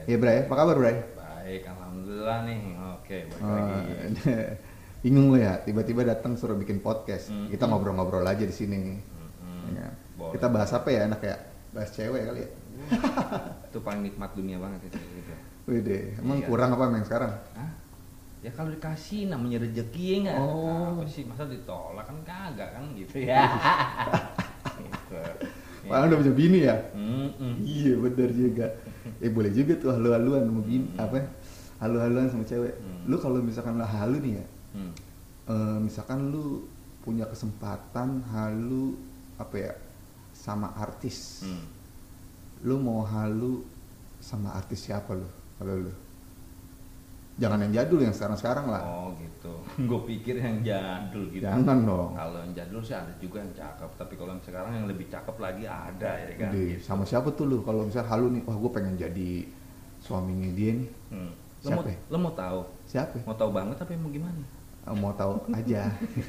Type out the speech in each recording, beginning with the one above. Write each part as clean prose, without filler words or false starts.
Iya Bray, apa kabar Bray? Baik, alhamdulillah nih. Oke, balik lagi. Bingung lo ya, tiba-tiba datang suruh bikin podcast. Kita Mm-mm. ngobrol-ngobrol aja di sini. Ya. Boleh. Kita bahas apa ya, enak ya? Bahas cewek kali ya. Itu paling nikmat dunia banget itu gitu. Wih deh, emang Iya. kurang apa yang sekarang? Hah? Ya kalau dikasih namanya rezeki ya enggak? Oh. Apa sih masa ditolak kan kagak kan gitu ya. Gitu. Malah udah punya bini ya? Mm-mm. Iya bener juga. Boleh juga tuh halu-haluan sama bini, apa ya? Halu-haluan sama cewek. Lu kalau misalkan lah halu nih ya, Hmm. misalkan lu punya kesempatan halu apa ya sama artis, Hmm. lu mau halu sama artis siapa lu kalau lu? Jangan yang jadul, yang sekarang lah. Oh gitu. Gue pikir yang jadul gitu. Jangan dong. Kalau yang jadul sih ada juga yang cakep, tapi kalau yang sekarang yang lebih cakep lagi ada ya kan. Udah, Gitu. sama siapa tuh lu kalau misal halu nih, wah gue pengen jadi suaminya dia nih. Hmm. Siapa ya? Lo mau tahu? Siapa ya? Mau tahu banget tapi mau gimana? Mau tahu aja.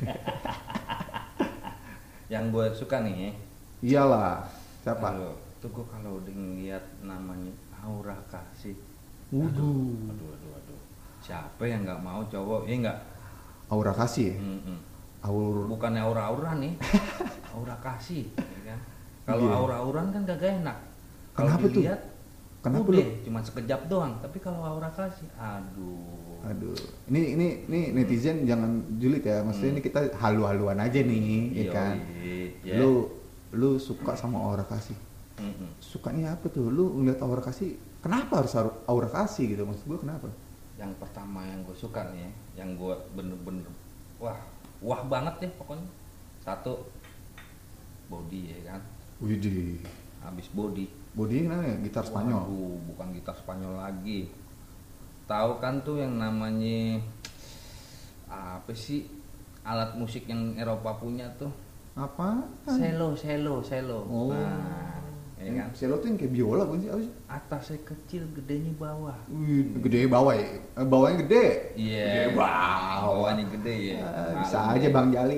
Yang gue suka nih, Iyalah, siapa? tuh gue kalau udah ngeliat namanya Aura Kasih, Waduh. aduh, siapa yang nggak mau cowok? Nggak, Aura Kasih ya? Aur bukannya aura-aura nih, Aura Kasih, ya kan? Kalau Iya. aura-auran kan kagak enak. Kalau Kenapa tuh? dilihat, Kenapa udah, cuma sekejap doang. Tapi kalau Aura Kasih, Aduh, ini netizen jangan julid ya, maksudnya ini kita halu-haluan aja nih, ya kan? Ya. Lu suka sama Aura Kasih? Sukanya apa tuh? Lu ngeliat Aura Kasih, kenapa harus Aura Kasih gitu? Maksud gue kenapa? Yang pertama yang gue suka nih, yang gue bener-bener wah banget ya pokoknya. Satu, body ya kan. Widih, Habis body, bodinya kenapa ya? Gitar Spanyol. waduh, bukan gitar Spanyol lagi. Tahu kan tuh yang namanya apa sih alat musik yang Eropa punya tuh? Apa? Cello. Oh. Nah, ya kan? Cello tuh yang kayak biola bukan sih? Apa sih? Atasnya kecil, gedenya bawah. Wih, gede bawah ya? Bawahnya gede? Iya. Gede bawah. Bawahnya gede ya. Bisa Maklum aja deh. Bang Jali.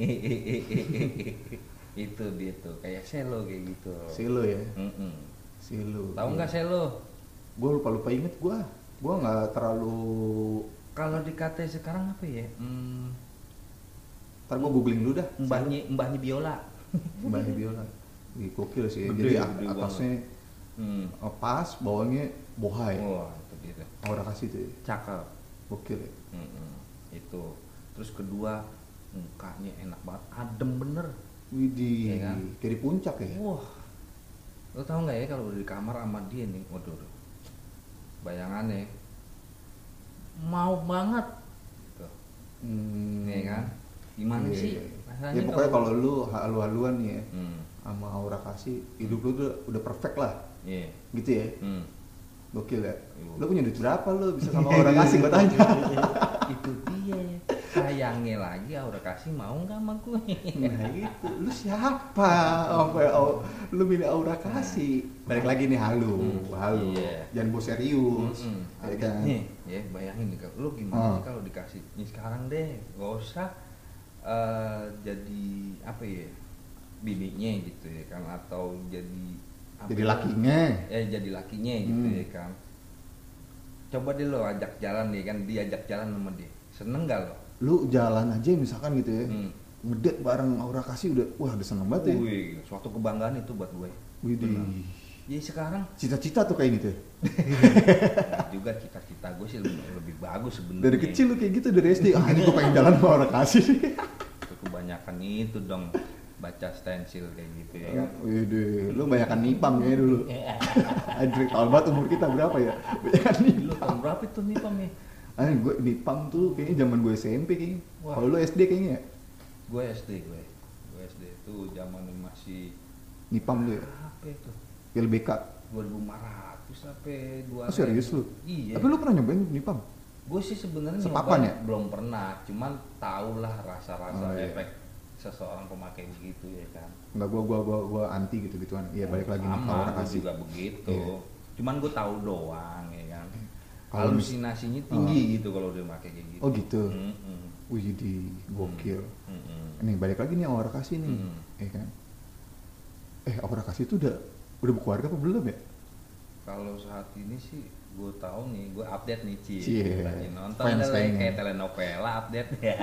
Itu dia tuh kayak cello kayak gitu. Silo ya? Mm-mm. Silo. Tahu nggak cello? Gue lupa inget gue. Gue nggak terlalu. Kalau dikata sekarang apa ya? Ntar gue googling dulu dah. Mbahnya biola. Mbahnya biola. Wih, gokil sih. Gede, Jadi gede atasnya Hmm. pas, bawahnya bohai. Wah, itu dia tuh. Aura Kasih tuh. Ya. Cakep. Gokil ya. Mm-mm. Itu. Terus kedua, mukanya enak banget, adem bener. Widih, Iya kan? kayak di puncak ya. Wah. Lo tau nggak ya kalau udah di kamar sama dia nih, waduh. Bayangannya mau banget. Gitu. Iya kan? Gimana Iya, sih? iya. Rasanya Ya pokoknya kalau lu halu-haluan nih ya, Hmm. sama Aura Kasih, hidup lu udah perfect lah. Iya. Gitu ya. Hmm. Gokil ya. Iya. Lu punya duit berapa lu bisa sama Aura Kasih gua tanya. Itu dia. Sayangnya lagi Aura Kasih mau nggak sama gue? Nah itu, lu siapa? Sampai lu milih Aura Kasih. Balik lagi nih halu. Iya. Jangan bos serius. Ya kan? Nih, ya bayangin nih, lu gimana sih kalau dikasih? Nih sekarang deh, gak usah jadi apa ya, bininya gitu ya kan, atau jadi apa Jadi ya? lakinya. Ya jadi lakinya gitu ya kan. Coba deh lo ajak jalan nih kan, diajak jalan sama dia, seneng gak lo? Lu jalan aja misalkan gitu ya. Hmm. Ngedate bareng Aura Kasih udah seneng banget ya. Wih, suatu kebanggaan itu buat gue. Widih. Bener. Jadi sekarang Cita-cita tuh kayak gitu ya. juga cita-cita gue sih lebih bagus sebenarnya. Dari kecil lu kayak gitu dari SD. Ah ini gue pengen jalan sama Aura Kasih. Itu kebanyakan itu dong baca stensil kayak gitu ya kan. Widih, lu banyakan nipam ya dulu. Anjir, tahun banget umur kita berapa ya? Banyakan Lu nipam. tahun berapa itu nih Pam ya? Gue nipam tuh kayaknya zaman gue SMP kayaknya. Wah. Kalau lu SD kayaknya ya? Gue SD itu zaman masih Nipam lu ya? apa itu? LBK. 2500 sampai 2000. Oh serius lu? Iya. Tapi lu pernah nyobain nipam? Gue sih sebenarnya Sepapan nyoba ya? belum pernah, cuman tahulah rasa-rasa Oh, iya. efek seseorang pemakai begitu ya kan. Enggak, gua anti gitu-gituan. Iya, balik lagi nih Sama, Aura gue Kasih. juga begitu. Iya. Cuman gue tahu doang ya kan. Kalau Halusinasinya tinggi gitu kalau udah pakai kayak gitu. Oh gitu. Mm-mm. Wih, di gokil. Mm-mm. Nih, balik lagi nih Aura Kasih nih. Mm. Ya kan? Aura Kasih tuh udah berkeluarga apa belum ya? Kalau saat ini sih gue tahu nih, gue update nih Ci. Cie. Lagi nonton Fans ada lagi kayaknya. kayak telenovela update ya.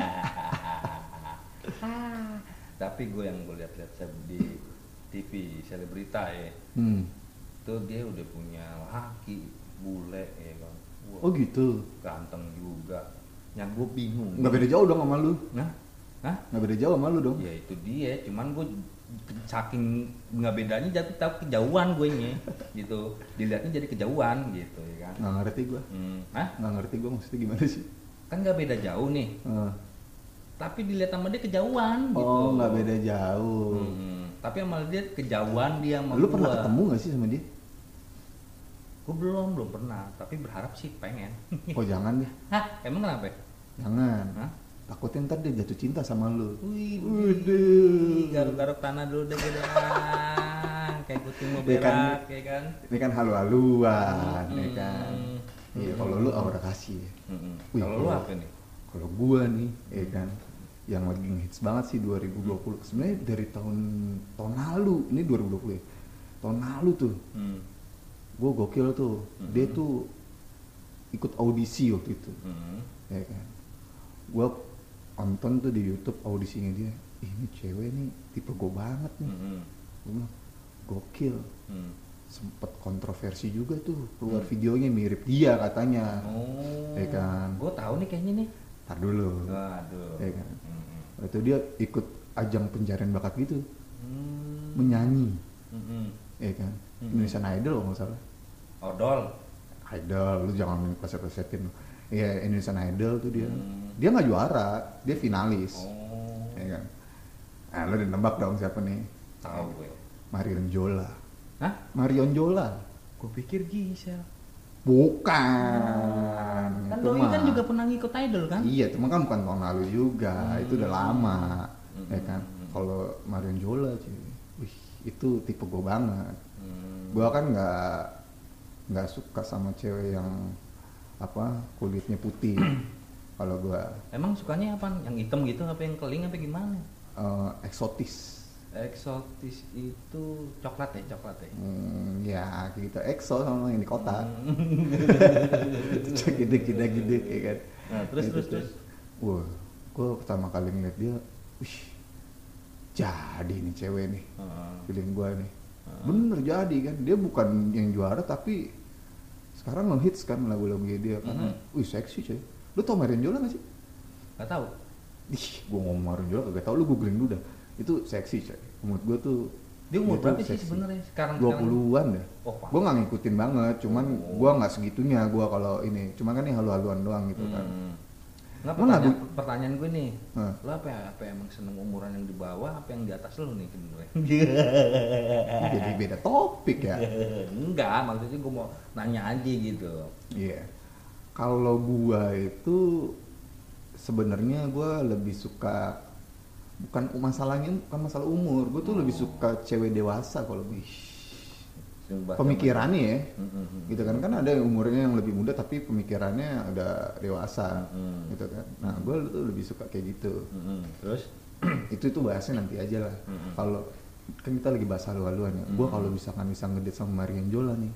Tapi gue yang gue lihat-lihat di TV selebrita ya, itu dia udah punya laki bule ya kan. Wah, Oh gitu. ganteng juga. Yang gue bingung. Nggak beda jauh dong sama lu. Nah, Nggak beda jauh sama lu dong. ya itu dia. Cuman gue saking nggak bedanya jadi tahu kejauhan gue nya gitu. Dilihatnya jadi kejauhan gitu ya kan. Nggak ngerti gua. Nggak ngerti gua maksudnya gimana sih? Kan nggak beda jauh nih. Tapi dilihat sama dia kejauhan gitu. Oh, nggak beda jauh. Tapi sama dia kejauhan dia sama Lu gua. pernah ketemu nggak sih sama dia? Gue belum pernah, tapi berharap sih pengen. Oh jangan deh. Hah, emang kenapa? Jangan. Hah? Takutnya ntar dia jatuh cinta sama lu. Wih, garuk-garuk tanah dulu deh gitu. Kayak kucing mau Ya kan? berak, kayak kan. Ini kan halu-haluan, ya kan. Iya, kalau lu aura kasih. Wih, Kalau lu apa nih? Kalau gua nih, ya kan, yang lagi ngehits banget sih 2020. Sebenarnya dari tahun lalu, ini 2020 ya. Tahun lalu tuh, gua gokil tuh. Dia tuh ikut audisi waktu itu, ya kan. Gua nonton tuh di YouTube audisinya dia. Ini cewek nih tipe gua banget nih. Gua bilang, gokil. Sempet kontroversi juga tuh keluar videonya mirip dia katanya. Oh, ya kan. Gue tahu nih kayaknya nih. Ntar dulu. Waduh. Ya kan. Itu dia ikut ajang pencarian bakat gitu. Menyanyi. Ya kan. Indonesian Idol kalau nggak salah. Odol. Idol, lu jangan pleset-plesetin. Iya, Indonesian Idol tuh dia. Dia nggak juara, dia finalis. Oh. Ya kan. Nah, lu udah nebak dong siapa nih? Tahu gue. Marion Jola. Hah? Marion Jola. Gue pikir Gisel. Bukan. Kan Itu Doi mah. kan juga pernah ngikut idol kan? Iya, cuma kan bukan tahun lalu juga, itu udah lama, ya kan. Kalau Marion Jola cuy, wih itu tipe gue banget. Gue kan nggak suka sama cewek yang apa kulitnya putih. Kalau gue Emang sukanya apa? Yang hitam gitu apa yang keling apa gimana? eksotis. Eksotis itu coklat ya? Ya gitu, ekso sama yang di kota. Gede ya kan. Nah, terus. Wah, gue pertama kali ngeliat dia, wih, jadi nih cewek nih, feeling gue nih, bener jadi kan. Dia bukan yang juara tapi sekarang ngehits kan lagu-lagunya dia karena, wih seksi coy. Lu tau Marion Jola gak sih? Gak tahu. Ih, gue ngomong Marion Jola kagak tau, lu googling dulu dah. Itu seksi coy. Menurut gue tuh. Dia umur tuh berapa sih seksi. sebenarnya sekarang? 20-an deh. Oh, Pak. Gue nggak ngikutin banget, cuman gue nggak segitunya gue kalau ini. Cuman kan ini halu-haluan doang gitu kan. Nggak, Emang pertanyaan gue nih, Hah? lo apa emang seneng umuran yang di bawah apa yang di atas lo nih sebenarnya? Jadi beda topik ya. Enggak, maksudnya gue mau nanya aja gitu. Iya. Kalau gua itu sebenarnya gua lebih suka bukan masalah umur. Gua tuh lebih suka cewek dewasa kalau pemikirannya ya. Gitu kan ada yang umurnya yang lebih muda tapi pemikirannya udah dewasa. Gitu kan. Nah, gua tuh lebih suka kayak gitu. Terus itu bahasnya nanti aja lah. Kalau kan kita lagi bahas halu-haluan ya. Gua kalau misalkan bisa ngedate sama Marion Jola nih.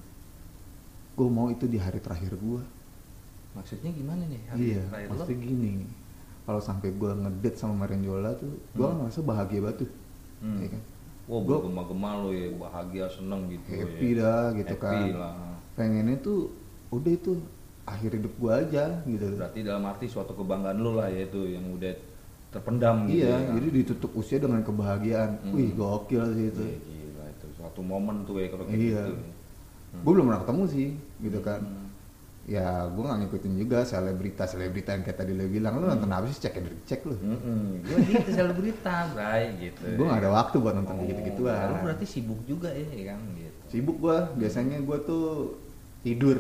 Gua mau itu di hari terakhir gua. maksudnya gimana nih? Iya, maksudnya gini, kalau sampai gue ngedate sama Marion Jola tuh, gue kan ngerasa bahagia banget tuh, ya kan? Wah, gue gema-gema lo ya, bahagia, seneng gitu. Happy ya. dah gitu Happy kan. lah. Pengennya tuh, udah itu akhir hidup gue aja gitu. Berarti dalam arti suatu kebanggaan lo lah ya itu yang udah terpendam gitu. Iya, ya, jadi ditutup usia dengan kebahagiaan. Wih, gokil sih itu. Iya, gila itu suatu momen tuh ya kalau kayak Iya. gitu. Gue belum pernah ketemu sih, gitu kan. Ya, gue nggak ngikutin juga selebrita yang kayak tadi lo bilang. Lo nonton apa sih, cek lo? Gue gitu selebrita, Bray, gitu. Gue nggak ada waktu buat nonton gitu-gituan. Lu berarti sibuk juga ya kan gitu. Sibuk gue, biasanya gue tuh tidur.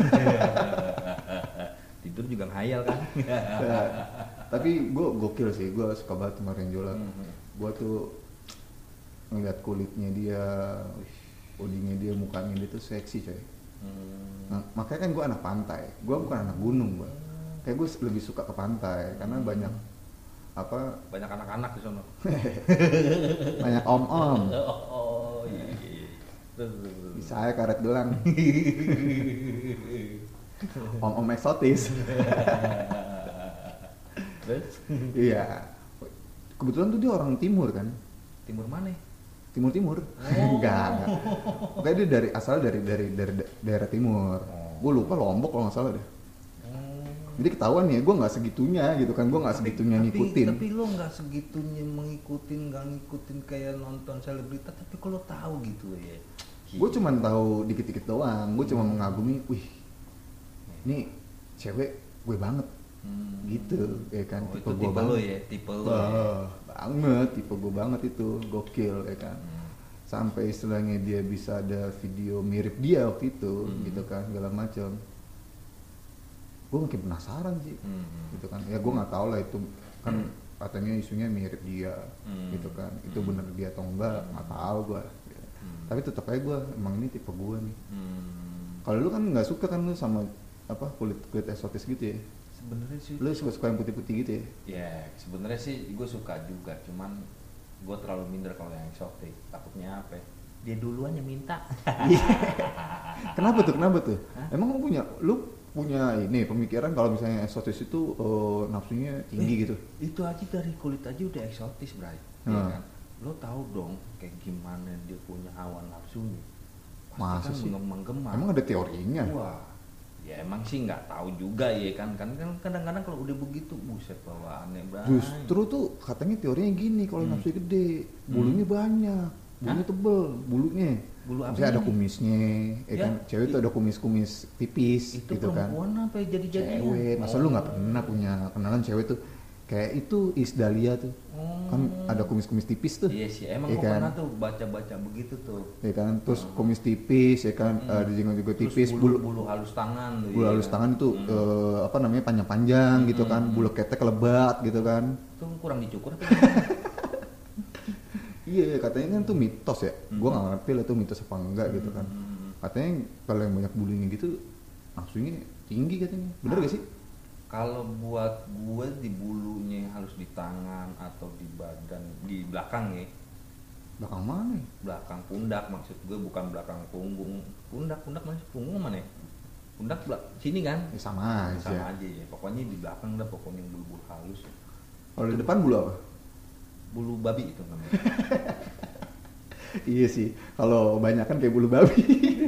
Tidur juga ngayal kan. Tapi gue gokil sih, gue suka banget sama Marion Jola. Gue tuh ngeliat kulitnya dia, bodinya dia, mukanya dia tuh seksi coy. Nah, makanya kan gue anak pantai, gue bukan anak gunung gue. Kayak gue lebih suka ke pantai karena banyak banyak anak-anak di sana. banyak om-om. Oh iya. Bisa aja karet gelang. Om eksotis. Terus? Iya. Kebetulan tuh dia orang timur kan. Timur mana? Timur. Enggak. Pokoknya dia asal dari daerah timur. Gue lupa Lombok kalau nggak salah deh. Jadi ketahuan ya, gue nggak segitunya gitu kan, gue nggak segitunya ngikutin. Tapi lo nggak segitunya nggak ngikutin kayak nonton selebritas, tapi kalau tahu gitu ya. Gue cuman tahu dikit-dikit doang, gue cuma mengagumi, wih, ini cewek gue banget, gitu, ya kan. Tipe gue banget. Tipe lo ya. Banget, tipe gue banget itu, gokil, ya kan. Sampai istilahnya dia bisa ada video mirip dia waktu itu, gitu kan, segala macam. Gue makin penasaran sih, gitu kan. Ya gue nggak tahu lah itu kan katanya isunya mirip dia, gitu kan. Itu bener dia atau enggak, nggak tahu gue. Gitu. Tapi tetap aja gue emang ini tipe gue nih. Kalau lu kan nggak suka kan lu sama apa kulit eksotis gitu ya? Sebenarnya sih. Lu suka yang putih-putih gitu ya? Ya sebenarnya sih gue suka juga, cuman gue terlalu minder kalau yang eksotik. Takutnya apa? Dia duluan yang minta. Kenapa tuh? Hah? Emang lu punya ini pemikiran kalau misalnya eksotis itu nafsunya tinggi gitu? Itu aja dari kulit aja udah eksotis, Bray. Ya kan? Lo tahu dong kayak gimana dia punya hawa nafsunya. Masa kan sih? menggema. Emang ada teorinya? Wah, ya emang sih nggak tahu juga ya kan. Kan kadang-kadang kalau udah begitu, buset bawaannya, Bray. Justru tuh katanya teorinya gini, kalau nafsu gede, bulunya banyak, bulunya tebel, bulunya. Bulu apa? Misalnya ada kumisnya, kan cewek tuh ada kumis-kumis tipis itu gitu kan. Itu perempuan apa ya jadi-jadinya? Cewek, masa lu nggak pernah punya kenalan cewek tuh kayak itu Isdalia tuh, kan ada kumis-kumis tipis tuh. Iya sih, emang gue kan? pernah tuh baca-baca begitu tuh. Ya kan, terus kumis tipis, ya kan, di jenggot juga tipis, bulu halus tangan. Bulu halus tangan itu apa namanya panjang-panjang gitu kan, bulu ketek lebat gitu kan. Itu kurang dicukur atau Iya, katanya kan tuh mitos ya. Gue nggak ngerti lah itu mitos apa enggak gitu kan. Katanya kalau yang banyak bulunya gitu, nafsunya tinggi katanya. Bener gak sih? Kalau buat gue di bulunya harus di tangan atau di badan, di belakang ya. Belakang mana? Belakang pundak maksud gue, bukan belakang punggung. Pundak masih punggung mana ya? Pundak sini kan? Ya, sama aja. Sama aja ya. Pokoknya di belakang dah, pokoknya bulu-bulu halus. Kalau di depan bulu apa? Bulu babi itu namanya. Iya sih, kalau banyak kan kayak bulu babi.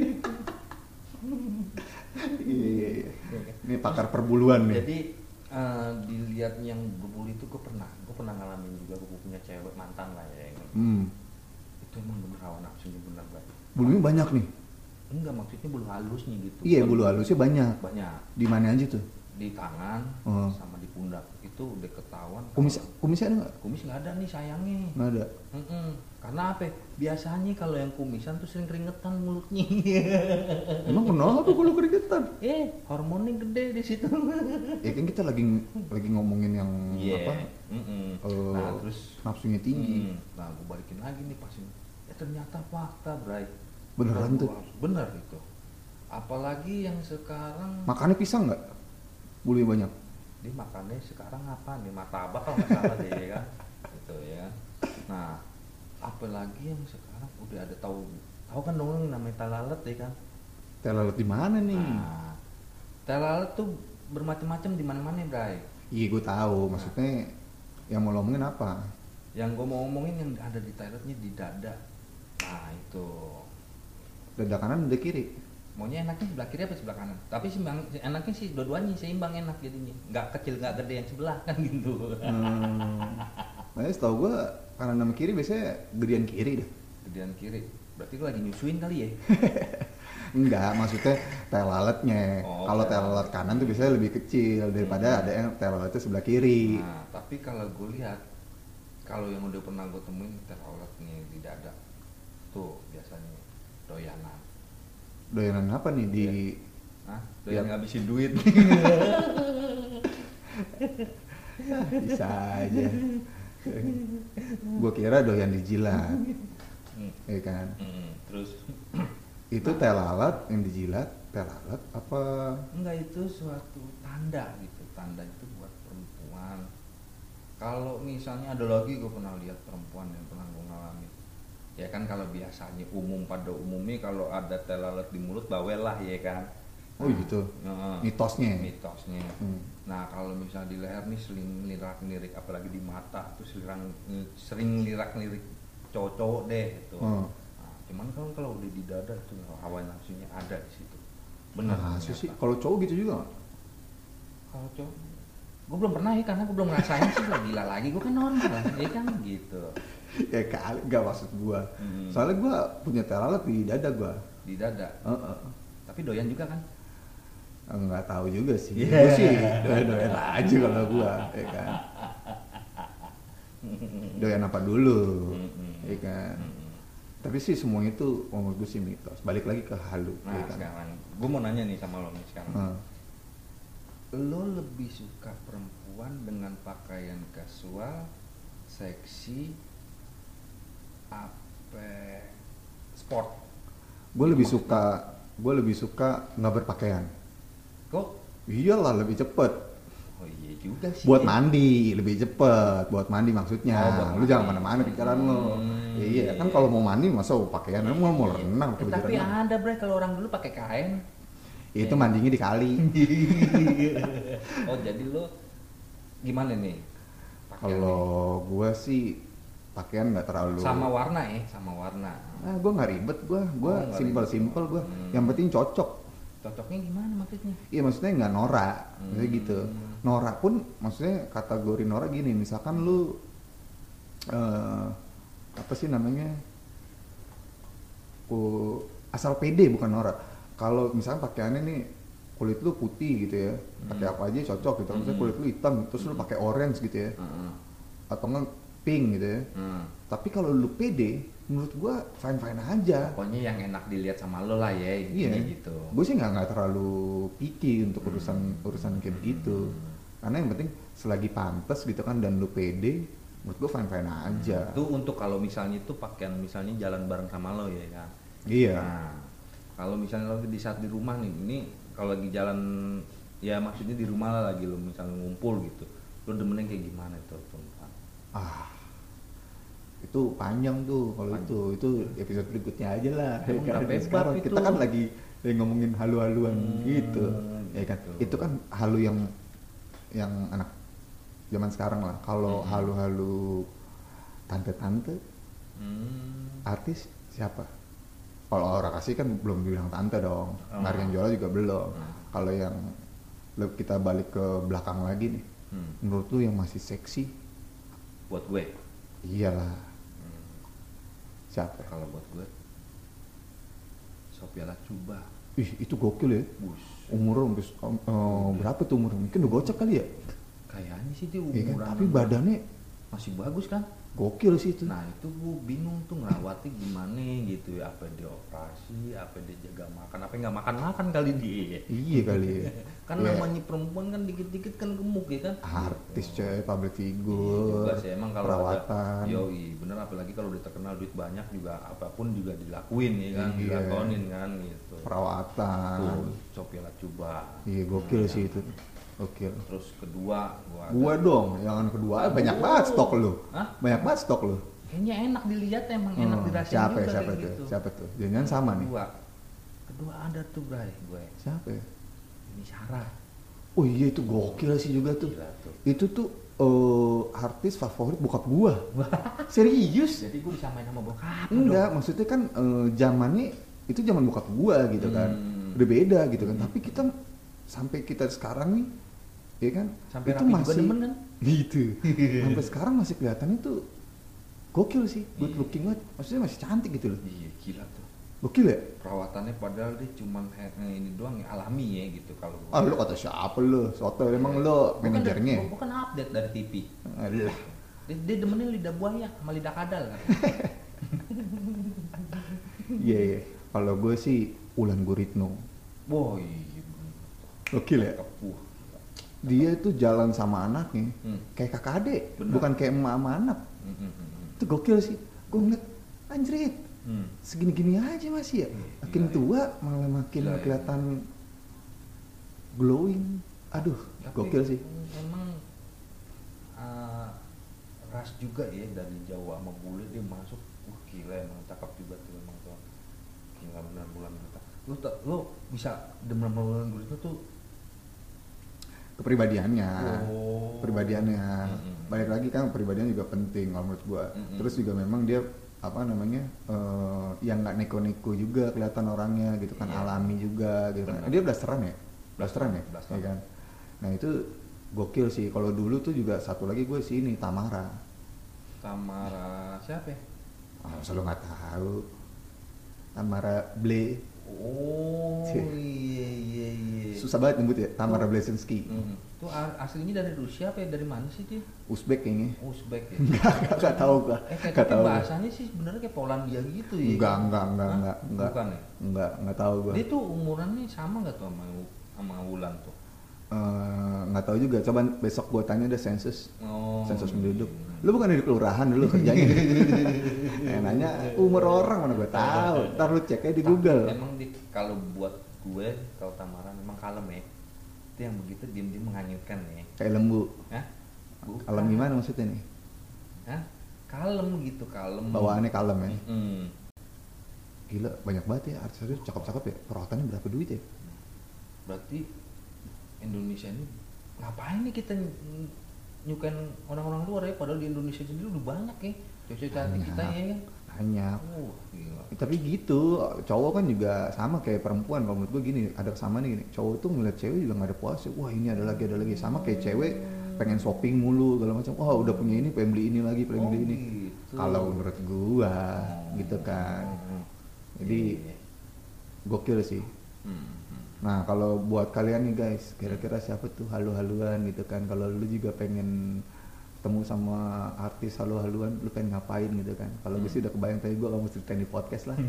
Iya. Ini pakar perbuluan nih. Jadi dilihat yang berbulu itu gue pernah ngalamin juga. Gue punya cewek mantan lah ya. Itu emang bener hawa nafsunya bener banget. Bulunya banyak nih? Enggak, maksudnya bulu halusnya gitu. Iya, bulu halusnya banyak. Di mana aja tuh? Di tangan sama di pundak. Itu udah ketahuan. Kumisnya ada nggak? Kumis nggak ada nih sayangnya. Nggak ada. Karena apa? Biasanya kalau yang kumisan tuh sering keringetan mulutnya. Emang kenapa kalau keringetan? Hormonnya gede di situ. Ya kan kita lagi ngomongin yang apa? Nah terus nafsunya tinggi. Nah gue balikin lagi nih pas ini. Ya ternyata fakta, Bray. Beneran tuh? Bener itu. Apalagi yang sekarang. Makannya pisang nggak? Bulunya banyak. Dia makannya sekarang apa nih? Martabak kalau nggak salah deh ya kan. Gitu ya. Nah, apalagi yang sekarang udah ada tahu kan dong namanya telalet ya kan. Telalet di mana nih? Nah, telalet tuh bermacam-macam di mana-mana, Bray. Iya, gue tahu. Maksudnya yang mau lo omongin apa? Yang gue mau omongin yang ada di telaletnya di dada. Nah, itu. Dada kanan, dada kiri. Maunya enaknya sebelah kiri apa sebelah kanan? Tapi enaknya sih dua-duanya seimbang enak jadinya. Nggak kecil nggak gede yang sebelah kan gitu. Nah, setahu gue kanan sama kiri biasanya gedean kiri deh. Gedean kiri. Berarti lu lagi nyusuin kali ya? Enggak, maksudnya telaletnya. Kalau telalet kanan tuh biasanya lebih kecil daripada ada yang telaletnya sebelah kiri. Nah, tapi kalau gue lihat, kalau yang udah pernah gue temuin telaletnya di dada, tuh biasanya doyanan. Doyanan apa nih di? Doyan ngabisin duit. Bisa aja. Gue kira doyan dijilat, ya kan? Terus itu telalat yang dijilat, telalat apa? Enggak, itu suatu tanda gitu. Tanda itu buat perempuan. Kalau misalnya ada lagi gue pernah lihat perempuan yang pernah gue ngalamin. Ya kan kalau biasanya pada umumnya kalau ada telalet di mulut bawel lah ya kan. Oh gitu. Mitosnya. Mitosnya. Nah kalau misalnya di leher nih sering lirak-lirik, apalagi di mata tuh sering lirak-lirik cowok-cowok deh itu. Nah, cuman kalau udah di dada tuh hawa nafsunya ada di situ. Benar. Nah, sih. Kalau cowok gitu juga nggak? Kalau cowok, gue belum pernah ya karena gue belum ngerasain sih. Gila lagi, gue kan normal, ya kan gitu. Ya kali, gak maksud gue. Soalnya gue punya telalet di dada gue. Di dada. Tapi doyan juga kan? Nggak tahu juga sih. Gue sih doyan aja kalau gue, ya kan. Doyan apa dulu, ya kan. Tapi sih semuanya itu menurut gue sih mitos. Balik lagi ke halu. Nah ya kan? sekarang, gue mau nanya nih sama lo nih sekarang. Lo lebih suka perempuan dengan pakaian kasual, seksi, apa, sport? Gue lebih suka nggak berpakaian. Kok? Iyalah lebih cepet. Oh iya juga sih. Buat mandi lebih cepet. Buat mandi maksudnya. Oh, lu jangan mana-mana pikiran lo. Iya kan kalau mau mandi masa pakaian lu mau renang. Tapi ada bre kalau orang dulu pakai kain. Itu mandinya di kali. Oh jadi lo gimana nih? Kalau gue sih pakaian nggak terlalu. Sama warna ya, sama warna. Nah, gue nggak ribet, gue simpel gue. Yang penting cocok. Cocoknya gimana maksudnya? Iya maksudnya nggak norak, maksudnya gitu. Norak pun maksudnya kategori norak gini, misalkan lu apa sih namanya? Asal pede bukan norak. Kalau misalnya pakaiannya nih kulit lu putih gitu ya, pakai apa aja cocok gitu. Misalnya kulit lu hitam, terus lu pakai orange gitu ya, atau enggak pink gitu ya. Tapi kalau lu pede, menurut gua fine aja. Pokoknya yang enak dilihat sama lo lah ya, iya gitu. Gue sih nggak terlalu picky untuk urusan kayak begitu. Karena yang penting selagi pantas gitu kan dan lu pede, menurut gua fine aja. Itu untuk kalau misalnya itu pakaian misalnya jalan bareng sama lo ya kan. Iya. Nah, kalau misalnya lo di saat di rumah nih, ini kalau lagi jalan ya maksudnya di rumah lah lagi lo misalnya ngumpul gitu, lo demennya kayak gimana itu perempuan? Itu panjang tuh kalau itu episode berikutnya aja lah. Sekarang kita kan lagi ngomongin halu-haluan gitu, ya kan. Itu kan halu yang anak zaman sekarang lah. Kalau halu-halu tante-tante, artis siapa? Kalau orang kasih kan belum bilang tante dong. Marian Jola juga belum. Kalau yang kita balik ke belakang lagi nih, menurut lu yang masih seksi? Buat gue? Iyalah. Siapa? Kalau buat gue, Sophia Latjuba. Ih itu gokil ya. Umurnya berapa tuh umurnya? Mungkin udah gocap kali ya? Kayaknya sih dia umuran. Kan? Tapi badannya masih bagus kan? Gokil sih itu. Nah itu gue bingung tuh ngerawatnya gimana gitu ya. Apa dia operasi, apa dia jaga makan, apa nggak makan kali dia. Iya kali ya. Kan namanya perempuan kan dikit-dikit kan gemuk ya kan. Artis coy, public figure. Iya sih emang kalau perawatan. Yoi bener, apalagi kalau udah terkenal duit banyak juga apapun juga dilakuin ya kan. Dilakonin kan gitu. Perawatan. Tuh Sophia Latjuba. Iya gokil sih itu. Oke. Terus kedua gua dong, yang kedua banyak banget stok lu. Hah? Banyak banget stok lu. Kayaknya enak dilihat, emang enak dirasain juga. Siapa tuh? Gitu. Siapa tuh? Jangan sama nih. Kedua ada tuh bray gue. Siapa ya? Ini Sarah. Oh iya itu gokil sih juga tuh. Gila tuh. Itu tuh artis favorit bokap gua. Serius? Jadi gua disamain sama bokap. Enggak, maksudnya kan zamannya itu zaman bokap gua gitu kan. Udah beda gitu kan. Tapi sampai kita sekarang nih, ya kan? Sampai itu Rapi masih juga demen kan? Gitu. Sampai sekarang masih kelihatan itu gokil sih, good looking banget. Maksudnya masih cantik gitu loh. Iya, gila tuh. Gokil ya? Perawatannya padahal dia cuman ini doang ya, alami ya gitu kalau. Lu kata siapa lu? Soto emang lu manajernya? Bukan update dari TV. Alah. Dia demennya lidah buaya sama lidah kadal kan. Iya. Kalau gue sih Ulan Guritno. Boy. Gokil ya? Dia itu jalan sama anaknya kayak kakak adik, bukan kayak emak sama anak. Itu gokil sih. Gue ngeliat anjrit. Segini-gini aja masih ya. Makin tua malah makin kelihatan glowing. Aduh, gokil sih. Emang ras juga ya dari Jawa sama bule dia masuk wah gila emang cakep juga tuh emang tuh, gila benar Wulan Gurita. Lu bisa demen sama Wulan Gurita tuh kepribadiannya, pribadiannya. Mm-mm. Balik lagi kan kepribadian juga penting kalau menurut gua. Mm-mm. Terus juga memang dia apa namanya yang nggak neko-neko juga kelihatan orangnya gitu kan, Iya. alami juga gitu kan. Benar. Dia blasteran ya, blasteran ya, Blasteran. ya kan. Nah itu gokil sih. Kalau dulu tuh juga satu lagi gue sih ini Tamara. Tamara siapa ya? Selalu nggak tahu. Tamara Ble. Oh iya. Susah banget nyebut ya, Tamara Blesensky. Itu aslinya dari Rusia apa ya, dari mana sih dia? Uzbek kayaknya. Uzbek ya. Nggak tahu gua. Kayak Nggak tapi tahu gua. bahasanya sih sebenarnya kayak Polandia gitu ya. Enggak. Bukan ya? Enggak tahu gua. Dia tuh umurannya sama nggak tuh sama Wulan tuh? Nggak tahu juga. Coba besok gua tanya deh sensus penduduk. Iya. Lu bukan di kelurahan dulu kerjanya? Nanya umur orang mana gua tahu. Ntar lu cek aja di Google. Emang kalau buat gue, kalau Tamara memang kalem ya. Itu yang begitu diam-diam menghanyutkan ya. Kayak lembu. Hah? Bukan. Kalem gimana maksudnya nih? Hah? Kalem gitu, kalem. Bawaannya kalem ya. Mm-mm. Gila banyak banget ya artis-artis cakep-cakep ya. Perawatannya berapa duit ya? Berarti Indonesia ini ngapain nih kita nyukain orang-orang luar ya, padahal di Indonesia sendiri udah banyak ya cewek-cewek cantik kita ya kan. Banyak. Gila. Tapi gitu, cowok kan juga sama kayak perempuan. Kalau menurut gue gini, ada kesamaan nih gini. Cowok tuh ngeliat cewek juga nggak ada puasnya. Wah ini ada lagi. Sama kayak cewek pengen shopping mulu segala macam. Wah udah punya ini, pengen beli ini lagi, pengen beli ini. Gitu. Kalau menurut gua, gitu kan. Jadi Iya. gokil sih. Nah kalau buat kalian nih guys, kira-kira siapa tuh halu-haluan gitu kan? Kalau lu juga pengen ketemu sama artis halu-haluan, lu pengen ngapain gitu kan? Kalau gue sih udah kebayang, tapi gue gak mau ceritain di podcast lah.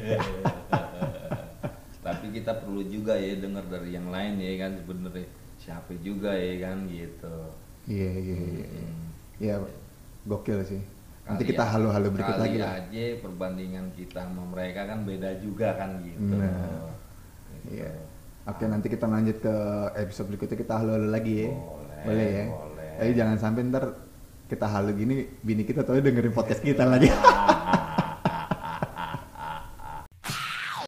Tapi kita perlu juga ya dengar dari yang lain ya kan, sebenarnya siapa juga ya kan gitu. Iya. Ya gokil sih. Nanti Kali kita halu-halu berikut kali lagi lah. aja perbandingan kita sama mereka kan beda juga kan gitu. Nah, Gitu. iya. Oke, nanti kita lanjut ke episode berikutnya, kita halu-halu lagi ya. Boleh ya. Boleh. Tapi jangan sampai ntar kita halu gini, bini kita tahu dengerin podcast kita lagi.